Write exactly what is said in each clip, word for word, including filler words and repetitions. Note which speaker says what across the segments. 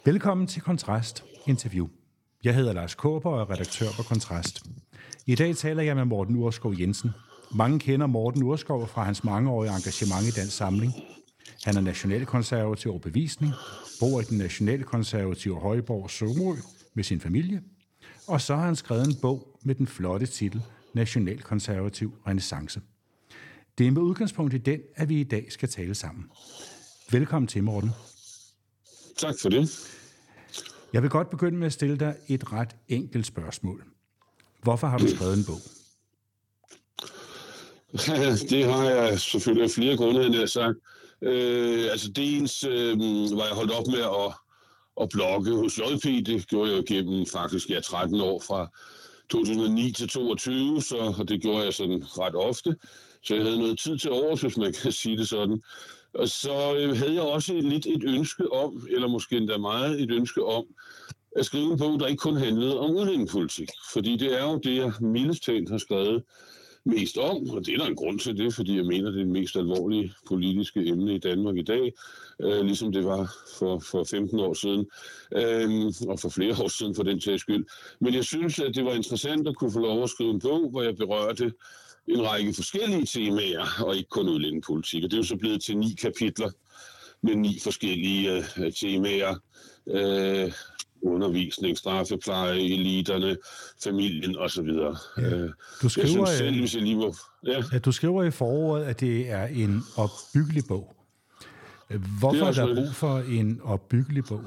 Speaker 1: Velkommen til Kontrast Interview. Jeg hedder Lars Kaaber og er redaktør på Kontrast. I dag taler jeg med Morten Urskov Jensen. Mange kender Morten Urskov fra hans mangeårige engagement i Dansk Samling. Han er nationalkonservativ overbevisning, bor i den nationalkonservative Højborg Sorø med sin familie, og så har han skrevet en bog med den flotte titel Nationalkonservativ Renæssance. Det er med udgangspunkt i den, at vi i dag skal tale sammen. Velkommen til, Morten.
Speaker 2: Tak for det.
Speaker 1: Jeg vil godt begynde med at stille dig et ret enkelt spørgsmål. Hvorfor har du skrevet en bog?
Speaker 2: Det har jeg selvfølgelig af flere grunde, end jeg har sagt. Øh, altså dels øh, var jeg holdt op med at, at blogge hos J P. Det gjorde jeg gennem faktisk ja, tretten år fra to tusind og ni til toogtyve, så, og det gjorde jeg sådan ret ofte. Så jeg havde noget tid til overs, hvis man kan sige det sådan. Og så øh, havde jeg også lidt et ønske om, eller måske endda meget et ønske om, at skrive en bog, der ikke kun handlede om udlændingepolitik. Fordi det er jo det, jeg mildest talt har skrevet mest om, og det er der en grund til det, fordi jeg mener, det er det mest alvorlige politiske emne i Danmark i dag, øh, ligesom det var for, for femten år siden, øh, og for flere år siden for den sags skyld. Men jeg synes, at det var interessant at kunne få lov at skrive en bog, hvor jeg berørte en række forskellige temaer, og ikke kun udlændingepolitik. Og det er jo så blevet til ni kapitler med ni forskellige øh, temaer. Øh, undervisning, straffepleje, eliterne, familien osv.
Speaker 1: Ja. Du skriver,
Speaker 2: jeg synes selv, hvis jeg lige må... Ja.
Speaker 1: Ja, du skriver i foråret, at det er en opbyggelig bog. Hvorfor er, er der brug for en opbyggelig bog?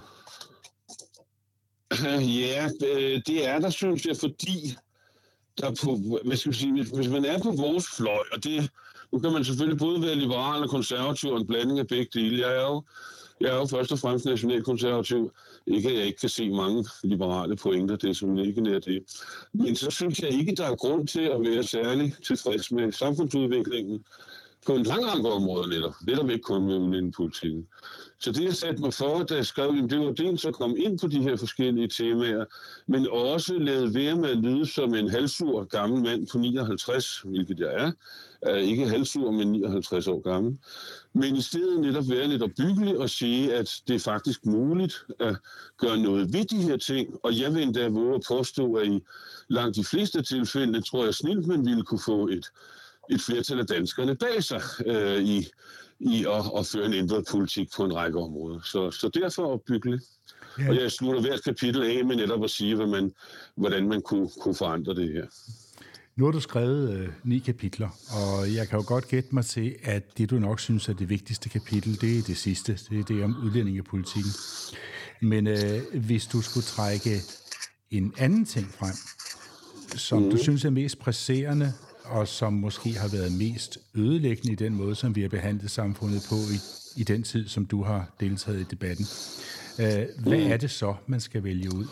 Speaker 2: Ja, det er der, synes jeg, fordi der på, hvad skal jeg sige, hvis man er på vores fløj, og det, nu kan man selvfølgelig både være liberal og konservativ og en blanding af begge dele. Jeg er jo, jeg er jo først og fremmest nationalkonservativ. Ikke at jeg ikke kan se mange liberale pointer, det er som ikke nær det. Men så synes jeg ikke, der er grund til at være særlig tilfreds med samfundsudviklingen på en lang række områder netop. Netop ikke kun med udlændingepolitikken. Så det, jeg satte mig for, da jeg skrev, det var dels at komme ind på de her forskellige temaer, men også lade være med at lyde som en halvsur gammel mand på nioghalvtreds, hvilket jeg er. er ikke halvsur, men nioghalvtreds år gammel. Men i stedet netop være lidt opbyggelig og sige, at det er faktisk muligt at gøre noget ved de her ting. Og jeg vil endda våge at påstå, at i langt de fleste tilfælde, tror jeg snilt, man ville kunne få et et flertal af danskerne bag sig øh, i, i at, at føre en ændret politik på en række områder. Så, så derfor opbyggeligt. Ja. Og jeg slutter hvert kapitel af med netop at sige, hvad man, hvordan man kunne, kunne forandre det her.
Speaker 1: Nu har du skrevet øh, ni kapitler, og jeg kan jo godt gætte mig til, at det du nok synes er det vigtigste kapitel, det er det sidste. Det er det om udlændingepolitikken. Men øh, hvis du skulle trække en anden ting frem, som mm. du synes er mest presserende, og som måske har været mest ødelæggende i den måde, som vi har behandlet samfundet på i, i den tid, som du har deltaget i debatten. Øh, hvad mm. er det så, man skal vælge ud?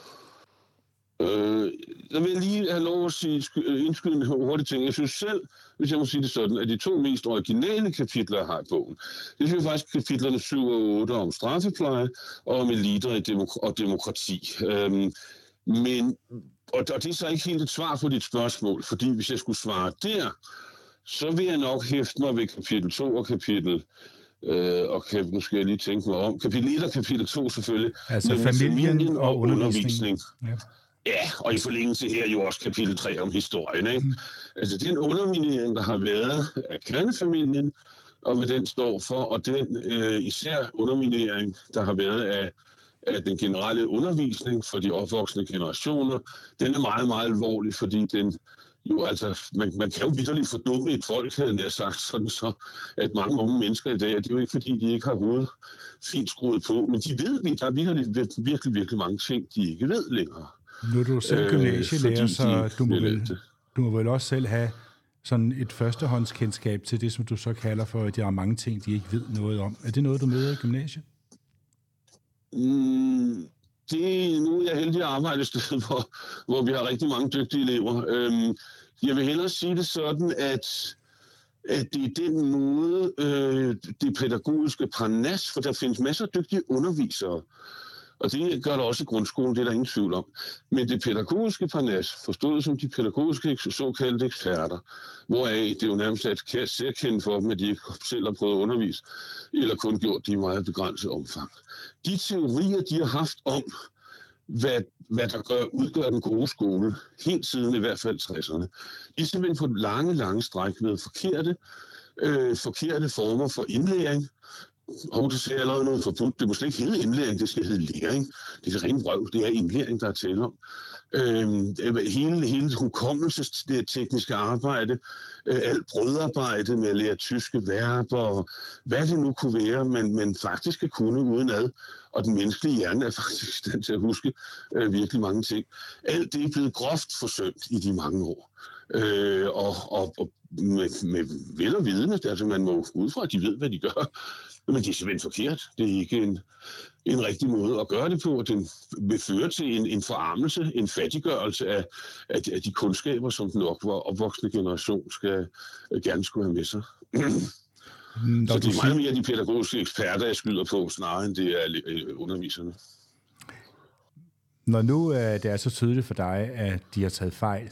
Speaker 2: Øh, jeg vil lige have lov at sige indskyde en hurtig ting. Jeg synes selv, hvis jeg må sige det sådan, at de to mest originale kapitler, jeg har i bogen, det er faktisk kapitlerne syv og otte om straffepleje og om eliter og demokrati. Øh, men Og det er så ikke helt et svar på dit spørgsmål, fordi hvis jeg skulle svare der, så vil jeg nok hæfte mig ved kapitel to og kapitel, øh, og kan, nu skal jeg lige tænke mig om, kapitel et og kapitel to selvfølgelig.
Speaker 1: Altså familien, familien og, og undervisning. undervisning.
Speaker 2: Ja. ja, og i forlængelse her jo også kapitel tre om historien. Ikke? Mm. Altså den underminering, der har været af kernefamilien, og hvad den står for, og den øh, især underminering, der har været af at den generelle undervisning for de opvoksende generationer, den er meget, meget alvorlig, fordi den jo altså, man, man kan jo vitterligt fordumme et folk, havde jeg sagt, sådan så, at mange unge mennesker i dag, det er jo ikke fordi, de ikke har hovedet fint skruet på, men de ved, der er virkelig, virkelig, virkelig mange ting, de ikke ved længere.
Speaker 1: Nu er du selv gymnasielærer, øh, så du må, vel, du må vel også selv have sådan et førstehåndskendskab til det, som du så kalder for, at der er mange ting, de ikke ved noget om. Er det noget, du møder i gymnasiet?
Speaker 2: Mm, det, nu er jeg heldig at arbejde et sted, hvor, hvor vi har rigtig mange dygtige elever. Øhm, jeg vil hellere sige det sådan, at, at det er den måde, øh, det pædagogiske parnas, for der findes masser af dygtige undervisere. Og det gør der også i grundskolen, det er der ingen tvivl om. Men det pædagogiske parnas, forstået som de pædagogiske såkaldte eksperter, hvoraf det er jo nærmest et særkende for dem, at de ikke selv har prøvet at undervise, eller kun gjort det i meget begrænset omfang. De teorier, de har haft om, hvad, hvad der gør, udgør den gode skole, helt siden i hvert fald tresserne, de er simpelthen på lange, lange stræk ved forkerte, øh, forkerte former for indlæring. Og det ser allerede noget forbudt. Det må slet ikke hedde indlæring, det skal hedde læring. Det er ren røv, det er indlæring, der er tale om. Øhm, hele, hele hukommelsestekniske arbejde, øh, alt brødarbejde med at lære tyske verber, og hvad det nu kunne være, men, men faktisk kan kunne udenad. Og den menneskelige hjerne er faktisk i stand til at huske øh, virkelig mange ting. Alt det er blevet groft forsømt i de mange år. Øh, og, og, og med, med vel og vidne, altså man må ud fra, at de ved, hvad de gør. Men det er simpelthen forkert. Det er ikke en, en rigtig måde at gøre det på. Den vil føre til en, en forarmelse, en fattiggørelse af, af, af de kundskaber, som den opvoksende generation skal, gerne skulle have med sig. Mm, Så det er meget mere de pædagogiske eksperter, jeg skyder på, snarere end det er underviserne.
Speaker 1: Når nu uh, det er så tydeligt for dig, at de har taget fejl,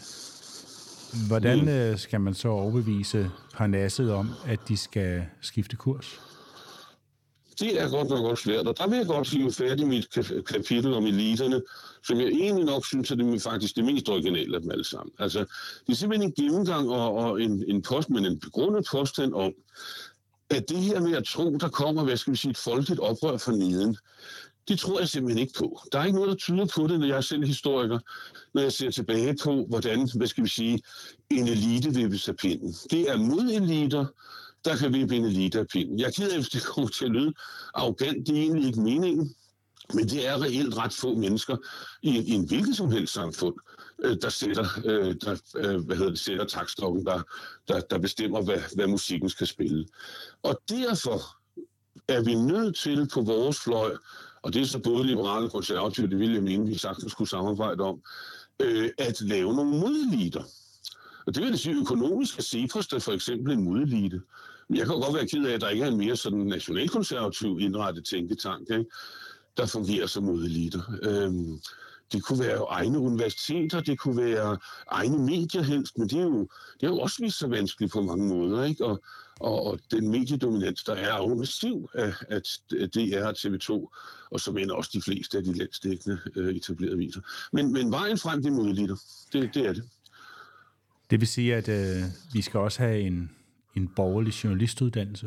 Speaker 1: hvordan mm. uh, skal man så overbevise parnasset om, at de skal skifte kurs?
Speaker 2: Det er godt nok også svært, og der vil jeg godt hive færdig mit kapitel om eliterne, som jeg egentlig nok synes, at det er faktisk det mest originale af dem alle sammen. Altså, det er simpelthen en gennemgang og, og en, en post, men en begrundet påstand om, at det her med at tro, der kommer, hvad skal vi sige, et folkeligt oprør fra neden, det tror jeg simpelthen ikke på. Der er ikke noget, der tyder på det, når jeg er selv historiker, når jeg ser tilbage på, hvordan, hvad skal vi sige, en elite vippes af pinden. Det er modeliter, der kan vippe en elite af pinden. Jeg er ked af, hvis det kommer til at lyde arrogant, det er egentlig ikke meningen, men det er reelt ret få mennesker i, i en hvilket som helst samfund, der sætter, der, hvad hedder det, sætter taktstokken, der, der, der bestemmer, hvad, hvad musikken skal spille. Og derfor er vi nødt til på vores fløj, og det er så både liberale og konservative, det vil jeg mene, vi sagtens skulle samarbejde om, at lave nogle modeliter. Og det vil det sige, økonomisk er Cepos der for eksempel en modelite. Men jeg kan godt være ked af, at der ikke er en mere sådan nationalkonservativ indrettet tænketank, ikke? Der fungerer som modeliter. Øhm, det kunne være egne universiteter, det kunne være egne medier helst, men det er jo, det er jo også vist så vanskeligt på mange måder, ikke? Og, og, og den mediedominans, der er jo massiv af, at D R og T V to, og som ender også de fleste af de landsdækkende øh, etablerede aviser. Men, men vejen frem, det er modeliter. Det, det er det.
Speaker 1: Det vil sige, at øh, vi skal også have en, en borgerlig journalistuddannelse?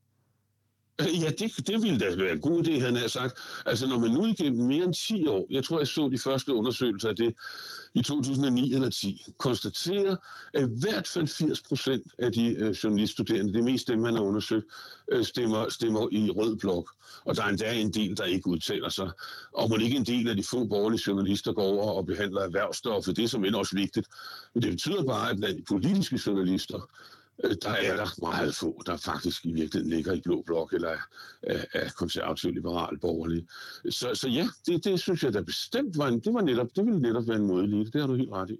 Speaker 2: Ja, det, det ville da være en god idé, han har sagt. Altså, når man nu igennem mere end ti år, jeg tror, jeg så de første undersøgelser af det i to tusind og ni eller ti, konstaterer, at i hvert fald firs procent af de øh, journaliststuderende, det er mest dem, man har undersøgt, øh, stemmer, stemmer i rød blok. Og der er endda en del, der ikke udtaler sig. Og må ikke en del af de få borgerlige journalister går over og behandler erhvervsstoffet, det er som end også vigtigt. Men det betyder bare, at blandt de politiske journalister, der er der meget få, der faktisk i virkeligheden ligger i blå blok eller er, er konservativ, liberal, borgerlig. Så, så ja, det, det synes jeg da bestemt var en, det var netop, det ville netop være en modelite. Det har du helt ret i.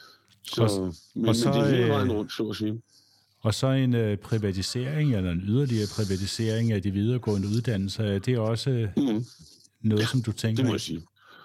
Speaker 2: Så, og, men, og så, men det er hele vejen rundt, så at sige.
Speaker 1: Og så en øh, privatisering, eller en yderligere privatisering af de videregående uddannelser, det er også mm. noget, ja, som du tænker
Speaker 2: det må jeg sige.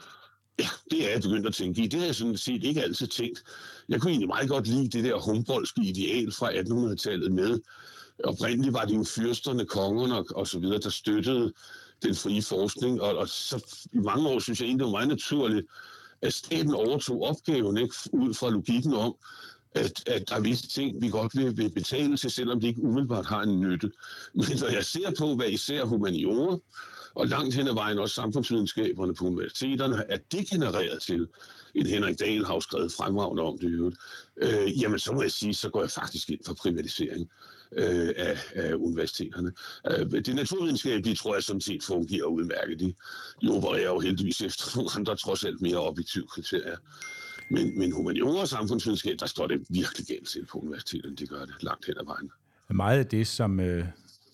Speaker 2: Ja, det er jeg begyndt at tænke i. Det har jeg sådan set ikke altid tænkt. Jeg kunne egentlig meget godt lide det der Humboldtske ideal fra attenhundredetallet med. Oprindeligt var det jo fyrsterne, kongerne og, og så videre, der støttede den frie forskning. Og, og så i mange år synes jeg egentlig, det var meget naturligt, at staten overtog opgaven, ikke, ud fra logikken om, at, at der er visse ting, vi godt vil, vil betale til, selvom det ikke umiddelbart har en nytte. Men når jeg ser på, hvad især humaniora, og langt hen ad vejen også samfundsvidenskaberne på universiteterne, er degenereret til, en Henrik Dahl har skrevet fremragende om det i øvrigt, øh, jamen så må jeg sige, så går jeg faktisk ind for privatisering øh, af, af universiteterne. Øh, det naturvidenskabelige tror jeg sådan set fungerer udmærket. De, de opererer jo heldigvis efter nogle andre trods alt mere objektive kriterier. Men, men humaniora og samfundsvidenskab, der står det virkelig galt til på universiteterne. Det gør det langt hen ad vejen.
Speaker 1: Meget af det, som, øh,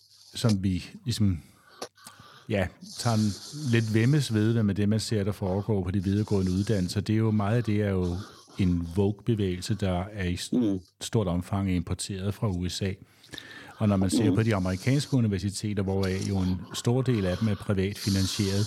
Speaker 1: som vi ligesom... Ja, tager en lidt vemmes ved med det, man ser, der foregår på de videregående uddannelser. Det er jo meget af det er jo en woke-bevægelse, der er i stort omfang importeret fra U S A. Og når man ser på de amerikanske universiteter, hvor jo en stor del af dem er privat finansieret,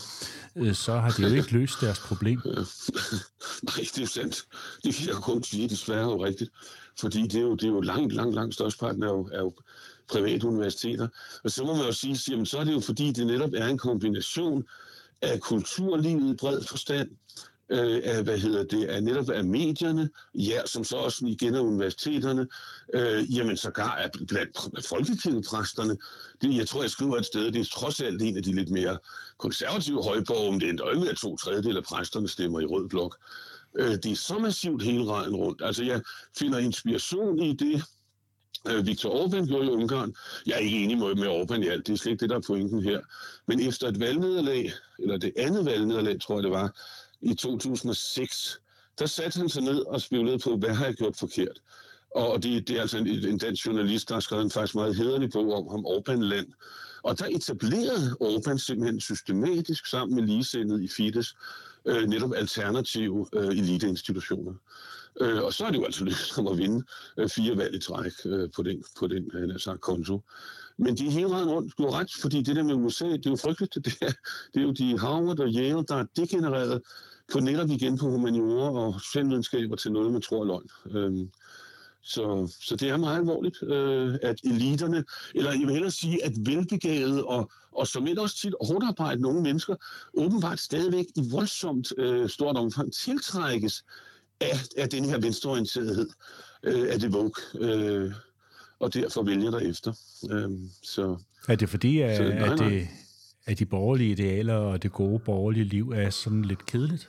Speaker 1: øh, så har det jo ikke løst deres problem.
Speaker 2: Nej, det er sandt. Det kan jeg kun sige, desværre jo rigtigt. Fordi det er jo, det er jo langt, langt, langt størsteparten er jo, er jo private universiteter. Og så må man jo sige, jamen, så er det jo fordi, det netop er en kombination af kulturlivet i bred forstand, øh, af, hvad hedder det, af netop af medierne, ja, som så også igen af universiteterne, øh, jamen sågar er blandt folkekirkepræsterne. Det, jeg tror, jeg skriver et sted, det er trods alt en af de lidt mere konservative højborge, men det er endda ikke, at to tredjedel af præsterne stemmer i rød blok. Øh, det er så massivt hele vejen rundt. Altså, jeg finder inspiration i det, Viktor Orbán gjorde i Ungarn. Jeg er ikke enig med Orbán i alt, det er slet ikke det, der er pointen her. Men efter et valgnederlag, eller det andet valgnederlag, tror jeg det var, i to tusind og seks, der satte han sig ned og spekulerede på, hvad har jeg gjort forkert? Og det, det er altså en, en dansk journalist, der har skrevet en faktisk meget hæderlig bog om, om Orbán-land. Og der etablerede Orbán simpelthen systematisk sammen med ligesindede i Fidesz øh, netop alternative øh, eliteinstitutioner. Øh, og så er det jo altså lykkes om at vinde øh, fire valg i træk øh, på den, på den øh, sagt, konto. Men de er hele vejen rundt, du har ret, fordi det der med U S A, det er jo frygteligt. Det er, det er jo de Harvard og Yale, der er degenereret på netop igen på humaniora og socialvidenskaber til noget, man tror er løgn. Øh, så, så det er meget alvorligt, øh, at eliterne, eller jeg vil hellere sige, at velbegavede og, og som et også tit hårdt arbejdende unge mennesker, åbenbart stadigvæk i voldsomt øh, stort omfang tiltrækkes af, af den her venstreorienterethed, øh, af det woke, øh, og derfor vælger derefter. Øh, så,
Speaker 1: er det fordi, at,
Speaker 2: så, nej, nej.
Speaker 1: at, det, at de borgerlige idealer og det gode borgerlige liv er sådan lidt kedeligt?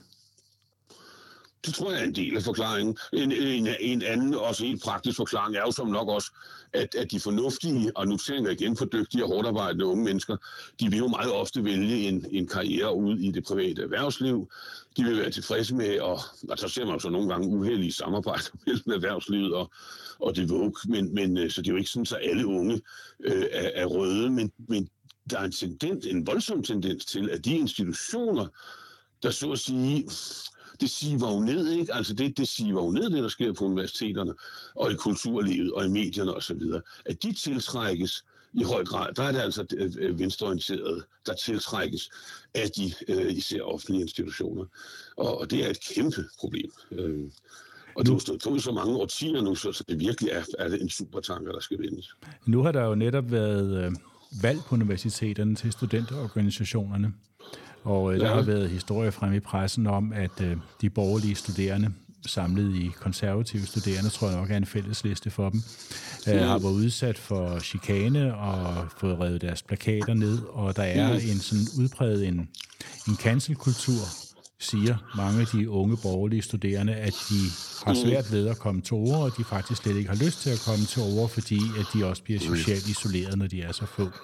Speaker 2: Det tror jeg er en del af forklaringen. En, en, en anden, også helt praktisk forklaring, er jo som nok også, at, at de fornuftige, og nu tænker jeg igen på dygtige og hårdt arbejdende unge mennesker, de vil jo meget ofte vælge en, en karriere ud i det private erhvervsliv. De vil være tilfredse med, og, og så ser man jo så nogle gange uheldige samarbejder mellem erhvervslivet og, og det woke, men, men så det er jo ikke sådan, så alle unge øh, er, er røde, men, men der er en tendens, en voldsom tendens til, at de institutioner, der så at sige, det siver jo ned, ikke? Altså det, det siver jo ned, det der sker på universiteterne, og i kulturlivet, og i medierne osv., at de tiltrækkes i høj grad. Der er det altså venstreorienterede, der tiltrækkes af de øh, især offentlige institutioner. Og, og det er et kæmpe problem. Øh, og det har stået på i så mange årtier nu, så det virkelig er, er det en supertanker, der skal vindes.
Speaker 1: Nu har der jo netop været øh, valg på universiteterne til studenterorganisationerne. Og øh, der ja. har været historier frem i pressen om, at øh, de borgerlige studerende, samlet i konservative studerende, tror jeg nok er en fællesliste for dem, øh, har været udsat for chikane og fået revet deres plakater ned, og der er en sådan udpræget en, en cancelkultur, siger mange af de unge borgerlige studerende, at de har svært ved at komme til ord, og de faktisk slet ikke har lyst til at komme til ord, fordi at de også bliver socialt isoleret, når de er så få.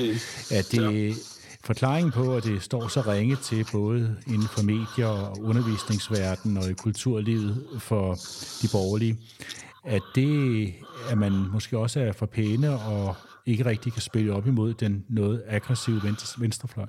Speaker 1: At det... Forklaringen på, at det står så ringe til både inden for medier og undervisningsverdenen og i kulturlivet for de borgerlige, at det, at man måske også er for pæne og ikke rigtig kan spille op imod den noget aggressive venstrefløj.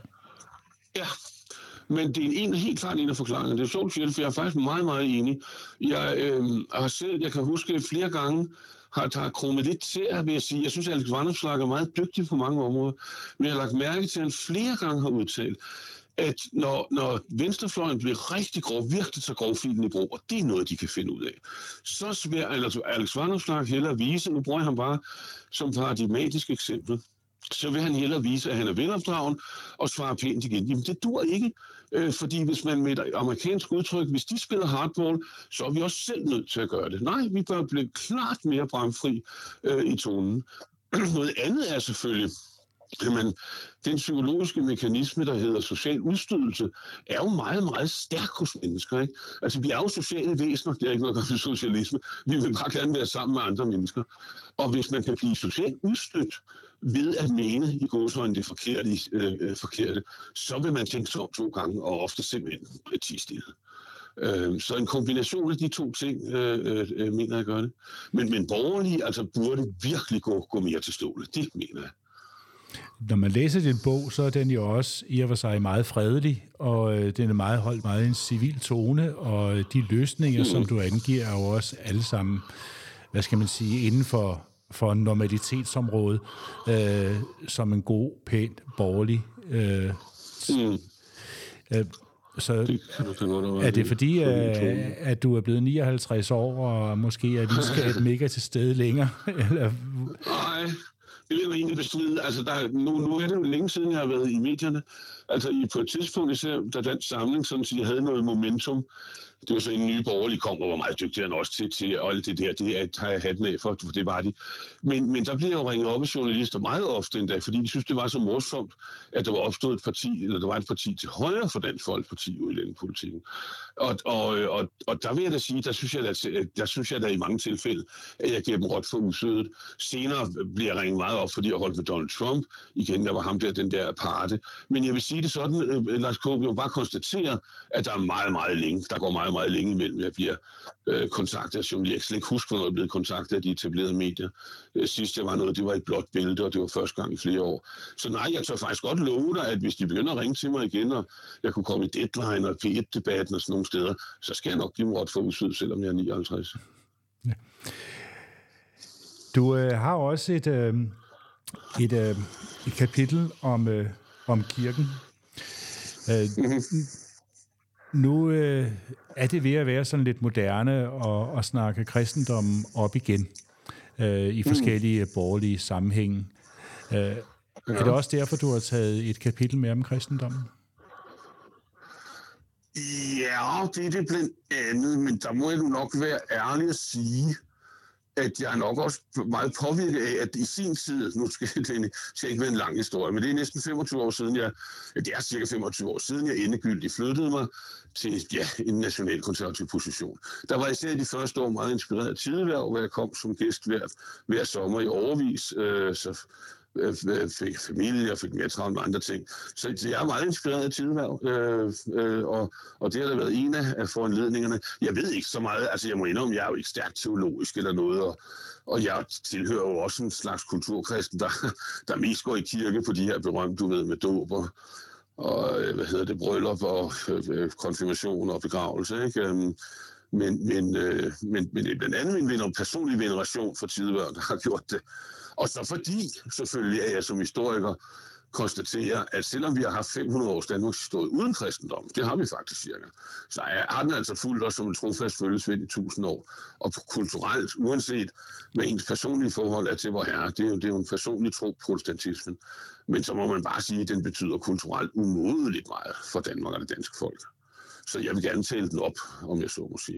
Speaker 2: Ja, men det er en helt klart en af forklaringerne. Det er sjovt, for jeg er faktisk meget, meget enig. Jeg øh, har set, jeg kan huske flere gange, har, har krummet lidt til, vil jeg sige. Jeg synes, at Alex Vanopslagh er meget dygtig på mange områder, men jeg har lagt mærke til, at han flere gange har udtalt, at når, når venstrefløjen bliver rigtig grov, virkelig så grovfilen i brug, og det er noget, de kan finde ud af, så vil altså Alex Vanopslagh hellere vise, nu bruger jeg ham bare som paradigmatisk eksempel, så vil han hellere vise, at han er velopdragen og svare pænt igen. Jamen, det dur ikke, øh, fordi hvis man med et amerikansk udtryk, hvis de spiller hardball, så er vi også selv nødt til at gøre det. Nej, vi bør blive klart mere bramfri øh, i tonen. Noget andet er selvfølgelig, men den psykologiske mekanisme, der hedder social udstødelse, er jo meget, meget stærk hos mennesker. Ikke? Altså, vi er jo sociale væsener, det er ikke noget godt med socialisme. Vi vil bare gerne være sammen med andre mennesker. Og hvis man kan blive socialt udstødt ved at mene i gåsøjne det forkerte, øh, forkerte, så vil man tænke sig om to gange, og ofte simpelthen tie stille. Øh, så en kombination af de to ting, øh, øh, mener jeg gør det. Men, men borgerlige altså, burde virkelig gå, gå mere til stålet. Det mener jeg.
Speaker 1: Når man læser din bog, så er den jo også i og for sig meget fredelig, og øh, den er meget holdt meget i en civil tone, og de løsninger, mm. som du angiver, er jo også alle sammen, hvad skal man sige, inden for, for normalitetsområdet, øh, som en god, pænt, borgerlig. Øh, mm. Øh, så
Speaker 2: det, det
Speaker 1: er det fordi, at, at du er blevet nioghalvtreds år, og måske er vildskab mega til stede længere? Eller?
Speaker 2: Nej, det vil jeg egentlig bestride. Altså, der, nu, nu er det jo længe siden, jeg har været i medierne. Altså, i, på et tidspunkt, især, da den samling sådan, så jeg havde noget momentum. Det var så en ny borgerlig kom, og var meget dygtigere end os til, til og alt det der. Det har jeg hatten af for, for det var de. Men, men der bliver jo ringet op af journalister meget ofte endda, fordi de synes, det var så morsomt, at der var opstået et parti, eller der var et parti til højre for Dansk Folkeparti i udlændingepolitikken. Og, og, og, og der vil jeg da sige, der synes jeg, der, der synes jeg da i mange tilfælde, at jeg giver dem råt for usødet. Senere bliver jeg ringet meget op, fordi jeg holdt med Donald Trump. Igen, der var ham der, den der aparte. Men jeg vil sige det sådan, Lars Kaarup, jeg vil bare konstatere, at der er meget, meget længe, der går meget, meget længe imellem, jeg bliver øh, kontaktet af journalister. Jeg kan slet ikke huske, hvornår jeg blev kontaktet af de etablerede medier. Øh, sidst jeg var noget, det var et blåt bælte, og det var første gang i flere år. Så nej, jeg tør faktisk godt love dig, at hvis de begynder at ringe til mig igen, og jeg kunne komme i Deadline og P et-debatten og sådan nogle steder, så skal jeg nok give mig råd for usød, selvom jeg er nioghalvtreds. Ja.
Speaker 1: Du øh, har også et, øh, et, øh, et kapitel om, øh, om kirken. Øh, mm-hmm. Nu øh, er det ved at være sådan lidt moderne og, at snakke kristendommen op igen øh, i forskellige mm. borgerlige sammenhænge. Øh, ja. Er det også derfor, du har taget et kapitel med om kristendommen?
Speaker 2: Ja, det er det blandt andet, men der må jeg nu nok være ærlig at sige, at jeg er nok også meget påvirket af, at i sin tid, nu skal det skal ikke være en lang historie, men det er næsten femogtyve år siden, jeg, ja, det er cirka femogtyve år siden, jeg endegyldigt flyttede mig til ja, en nationalkonservativ position. Der var især de første år meget inspireret af Tidehverv, hvor jeg kom som gæst hver, hver sommer i årevis, øh, så fik familie og fik mere travlt med andre ting. Så jeg er meget inspireret af Tidehverv, øh, øh, og, og det har da været en af foranledningerne. Jeg ved ikke så meget, altså jeg må indrømme, jeg er jo ikke stærkt teologisk eller noget, og, og jeg tilhører jo også en slags kulturkristen, der, der mest går i kirke på de her berømte, du ved, med dåb og, og hvad hedder det, bryllup og øh, konfirmation og begravelse, ikke? Um, men, men, øh, men, men det er blandt andet min vener, personlig veneration for Tidehverv, der har gjort det. Og så fordi, selvfølgelig, at jeg som historiker konstaterer, at selvom vi har haft fem hundrede års Danmarks historie uden kristendom, det har vi faktisk cirka, så har den altså fulgt os som en trofast følgesvend i tusind år. Og kulturelt, uanset hvad ens personlige forhold er til vor herre, det er jo, det er jo en personlig tro, protestantismen. Men så må man bare sige, at den betyder kulturelt umådeligt meget for Danmark og det danske folk. Så jeg vil gerne tale den op, om jeg så må sige.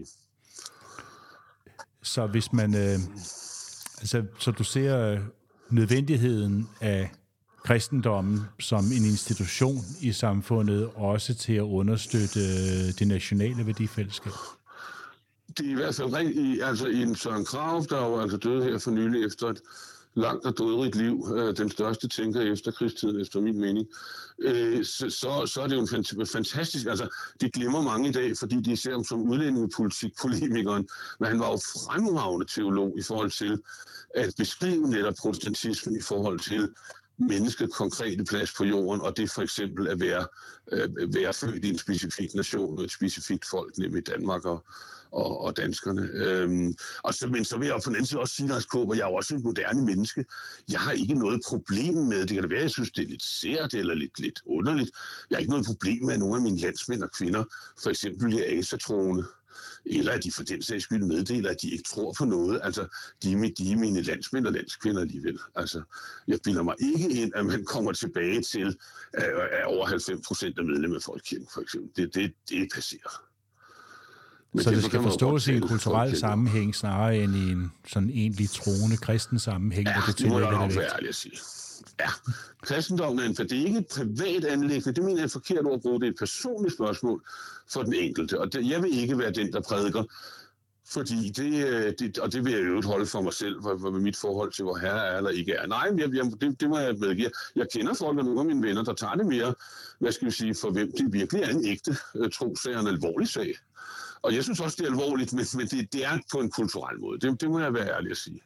Speaker 1: Så hvis man... Øh... Altså, så du ser nødvendigheden af kristendommen som en institution i samfundet, også til at understøtte det nationale værdifællesskab?
Speaker 2: Det er i hvert fald rigtig, altså en Søren Krarup, der var altså døde her for nylig efter et langt og dødrigt liv, den største tænker efter krigstiden, efter min mening, så, så, så er det jo en fantastisk, altså det glemmer mange i dag, fordi de ser ham som udlændingepolitik-polemikeren, men han var jo fremragende teolog i forhold til at beskrive netop protestantismen i forhold til menneskets konkrete plads på jorden, og det for eksempel at være, øh, være født i en specifik nation og et specifikt folk, nemlig Danmark og, og, og danskerne. Øhm, og så, men så vil jeg på den anden side også sige, Lars Kaarup, at jeg er også en moderne menneske. Jeg har ikke noget problem med, det kan det være, jeg synes, det er lidt sært eller lidt, lidt underligt. Jeg har ikke noget problem med, at nogle af mine landsmænd og kvinder for eksempel er asatroende, eller at de for den sags skyld meddeler, at de ikke tror på noget. Altså, de er, de er mine landsmænd og landskvinder alligevel. Altså, jeg bilder mig ikke ind, at man kommer tilbage til at, at over halvfems procent af medlemmer af Folkekirken, for eksempel. Det, det, det er passeret.
Speaker 1: Men så det skal forstås i en kulturel sammenhæng, snarere end i en sådan egentlig troende kristen sammenhæng?
Speaker 2: Ja, det må jeg nok være ærlig at sige. Ja, kristendommen er en, for det er ikke et privat anliggende. Det mener jeg er forkert ord at bruge. Det er et personligt spørgsmål for den enkelte. Og det, jeg vil ikke være den, der prædiker, fordi det, det, og det vil jeg jo holde for mig selv, hvad, hvad mit forhold til, hvor herre er eller ikke er. Nej, jeg, jeg, det, det må jeg medgive. Jeg kender folk, og nogle af mine venner, der tager det mere, hvad skal vi sige, for hvem det virkelig er en ægte uh, trosag og en alvorlig sag. Og jeg synes også, det er alvorligt, men, men det, det er på en kulturel måde. Det, det må jeg være ærlig at sige.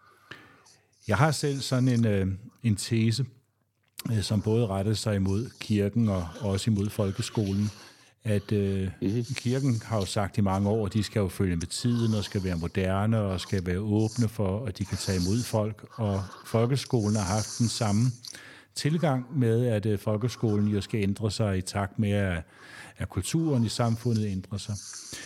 Speaker 1: Jeg har selv sådan en, øh, en tese, øh, som både retter sig imod kirken og også imod folkeskolen, at øh, mm-hmm. kirken har jo sagt i mange år, at de skal jo følge med tiden og skal være moderne og skal være åbne for, at de kan tage imod folk, og folkeskolen har haft den samme tilgang med, at øh, folkeskolen jo skal ændre sig i takt med, at, at kulturen i samfundet ændrer sig.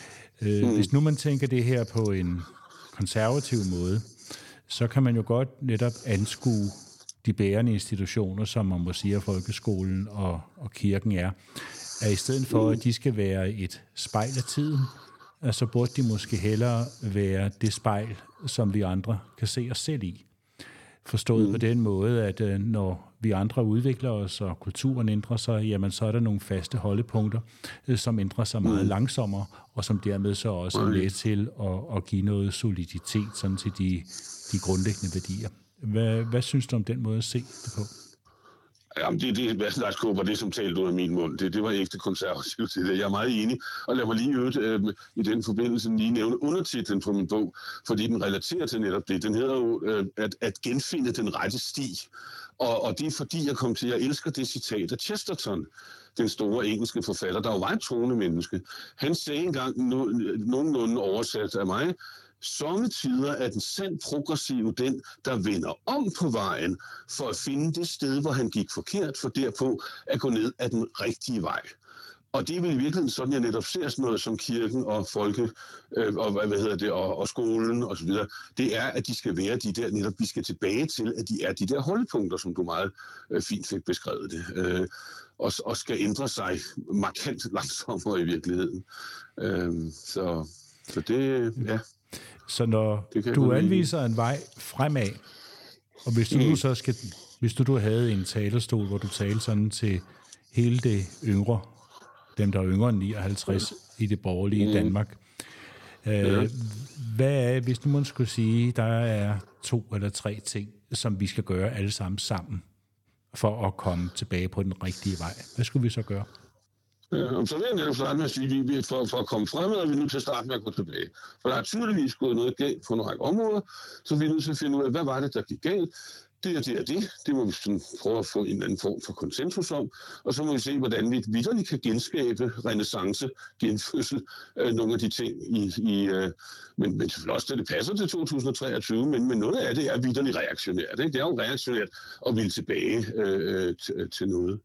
Speaker 1: Øh, mm. Hvis nu man tænker det her på en konservativ måde, så kan man jo godt netop anskue de bærende institutioner, som man må sige, at folkeskolen og, og kirken er, at i stedet for, at de skal være et spejl af tiden, så burde de måske hellere være det spejl, som vi andre kan se os selv i. Forstået mm. på den måde, at når vi andre udvikler os, og kulturen ændrer sig, jamen så er der nogle faste holdepunkter, som ændrer sig meget mm. langsommere, og som dermed så også er med til at, at give noget soliditet sådan til de, de grundlæggende værdier. Hvad, hvad synes du om den måde at se det på?
Speaker 2: Jamen, det, det, hvad Lars Kaaber, det som talte ud af min mund, det, det var ægte konservativt. Jeg er meget enig, og lad mig lige øvrigt øh, i den forbindelse lige nævne undertitlen på min bog, fordi den relaterer til netop det. Den hedder jo øh, at, at genfinde den rette sti. Og, og det er fordi, jeg kom til, at jeg elsker det citat af Chesterton, den store engelske forfatter, der jo var et troende menneske. Han sagde engang, no, nogenlunde oversat af mig, sommetider er den sand progressive den, der vender om på vejen for at finde det sted, hvor han gik forkert, for derpå at gå ned ad den rigtige vej. Og det er vel i virkeligheden sådan, jeg netop ser sådan noget som kirken og folke, øh, og, hvad hedder det, og, og skolen og så videre. Det er, at de skal være de der, netop vi skal tilbage til, at de er de der holdepunkter, som du meget øh, fint fik beskrevet det, øh, og, og skal ændre sig markant langsommere i virkeligheden. Øh, så, så det, ja.
Speaker 1: Så når du anviser en vej fremad, og hvis du, mm. du så skal, hvis du, du havde en talerstol, hvor du talte sådan til hele det yngre, dem der er yngre end nioghalvtreds i det borgerlige mm. Danmark, øh, ja. Hvad er, hvis nu man skulle sige, der er to eller tre ting, som vi skal gøre alle sammen sammen, for at komme tilbage på den rigtige vej? Hvad skulle vi så gøre?
Speaker 2: Ja, så vil jeg netop starte med at sige, at vi, for, for at komme fremad, er vi nødt til at starte med at gå tilbage. For der er tydeligvis gået noget galt på en række områder, så vi er nødt til at finde ud af, hvad var det, der gik galt. Det er det og det. Det må vi sådan prøve at få en eller anden form for konsensus om. Og så må vi se, hvordan vi vitterligt kan genskabe renæssance, genfødsel, øh, nogle af de ting i... i øh, men, men selvfølgelig også, at det passer til to tusind treogtyve, men, men noget af det er vitterligt reaktionært. Ikke? Det er jo reaktionært at ville tilbage øh, til, til noget.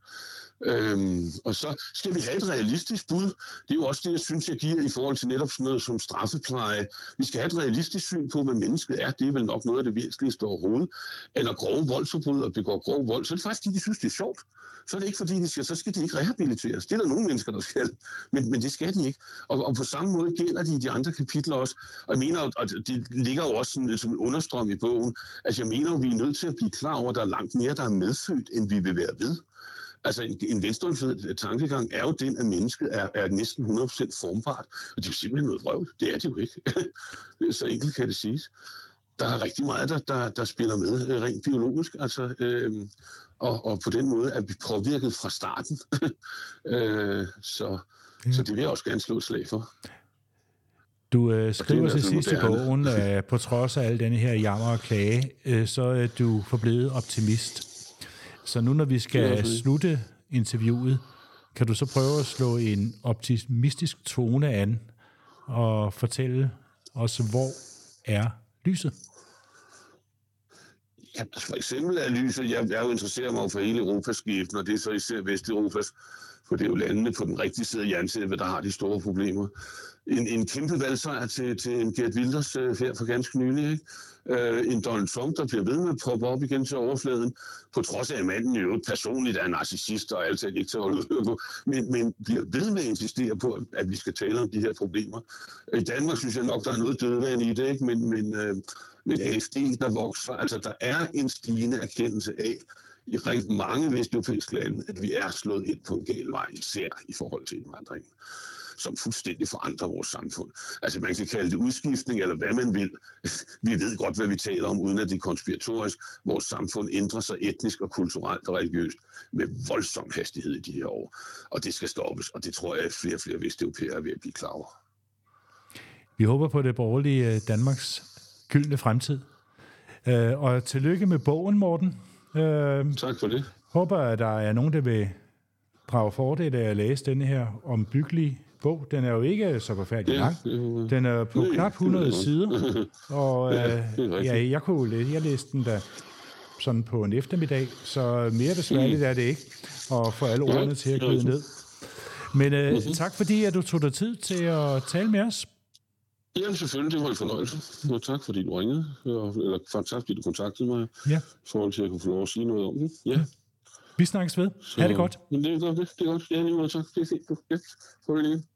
Speaker 2: Øhm, og så skal vi have et realistisk bud. Det er jo også det, jeg synes, jeg giver i forhold til netop sådan noget som straffepleje. Vi skal have et realistisk syn på, hvad mennesket er. Det er vel nok noget af det væsentligste overhovedet. At når grove voldsforbrydere begår grov vold, så er det faktisk, fordi de synes, det er sjovt. Så er det ikke, fordi de skal, så skal de ikke rehabiliteres. Det er der nogle mennesker, der skal, men, men det skal de ikke. Og, og på samme måde gælder de i de andre kapitler også. Og jeg mener, og det ligger jo også sådan, som en understrøm i bogen, at jeg mener, at vi er nødt til at blive klar over, at der er langt mere, der er medfødt, end vi vil være ved. Altså en, en venstreorienteret tankegang er jo den, at mennesket er, er næsten hundrede procent formbart. Og det er jo simpelthen noget vrøvl. Det er det jo ikke. Så enkelt kan det siges. Der er rigtig meget, der, der, der spiller med rent biologisk. Altså, øh, og, og på den måde er vi påvirket fra starten. øh, så, ja. så det vil jeg også gerne slå et slag for.
Speaker 1: Du øh, skriver til sidst i bogen, at på trods af al denne her jammer og klage, øh, så er du forblevet optimist. Så nu, når vi skal slutte interviewet, kan du så prøve at slå en optimistisk tone an og fortælle os, hvor er lyset?
Speaker 2: Ja, for eksempel er lyset, jeg, jeg er jo interesseret mig for hele Europas skæbne, og det er så især Vesteuropas, for det er jo landene på den rigtige side af jerntæppet, der har de store problemer. En, en kæmpe valgsejr til, til en Geert Wilders uh, her for ganske nylig, ikke? Uh, en Donald Trump, der bliver ved med at poppe op igen til overfladen, på trods af, at manden jo personligt er narcissist og altid ikke til at holde på, men, men bliver ved med at insistere på, at vi skal tale om de her problemer. I Danmark synes jeg nok, der er noget dødvand i det, ikke? Men, men, uh, men A F D, der vokser, altså der er en stigende erkendelse af, i rigtig mange vesteuropæiske lande, at vi er slået ind på en gal vej, især i forhold til indvandringen, som fuldstændig forandrer vores samfund. Altså man kan kalde det udskiftning, eller hvad man vil. Vi ved godt, hvad vi taler om, uden at det er konspiratorisk. Vores samfund ændrer sig etnisk og kulturelt og religiøst med voldsom hastighed i de her år. Og det skal stoppes, og det tror jeg, at flere og flere vesteuropæere er ved at blive klar over.
Speaker 1: Vi håber på det borgerlige Danmarks gyldne fremtid. Og tillykke med bogen, Morten.
Speaker 2: Uh, tak for det.
Speaker 1: Håber, at der er nogen, der vil drage fordel af at læse denne her ombyggelige bog. Den er jo ikke så forfærdelig lang. Ja, den er på knap hundrede sider. Og uh, ja, jeg kunne læse, jeg læste den, da sådan på en eftermiddag, så mere besværligt er det ikke at få alle ordene til at glide ned. Men øh, mm-hmm. tak fordi, at du tog dig tid til at tale med os.
Speaker 2: Jamen selvfølgelig, det var en fornøjelse. Og tak fordi du ringede, eller tak fordi du kontaktede mig,
Speaker 1: ja.
Speaker 2: i forhold til at jeg kunne få lov at sige noget om det. Ja.
Speaker 1: Ja. Vi snakkes ved. Så, ha' det godt.
Speaker 2: Men det er godt, det er godt. Ja, lige måde, tak. Det er fint. Ja, for det lige.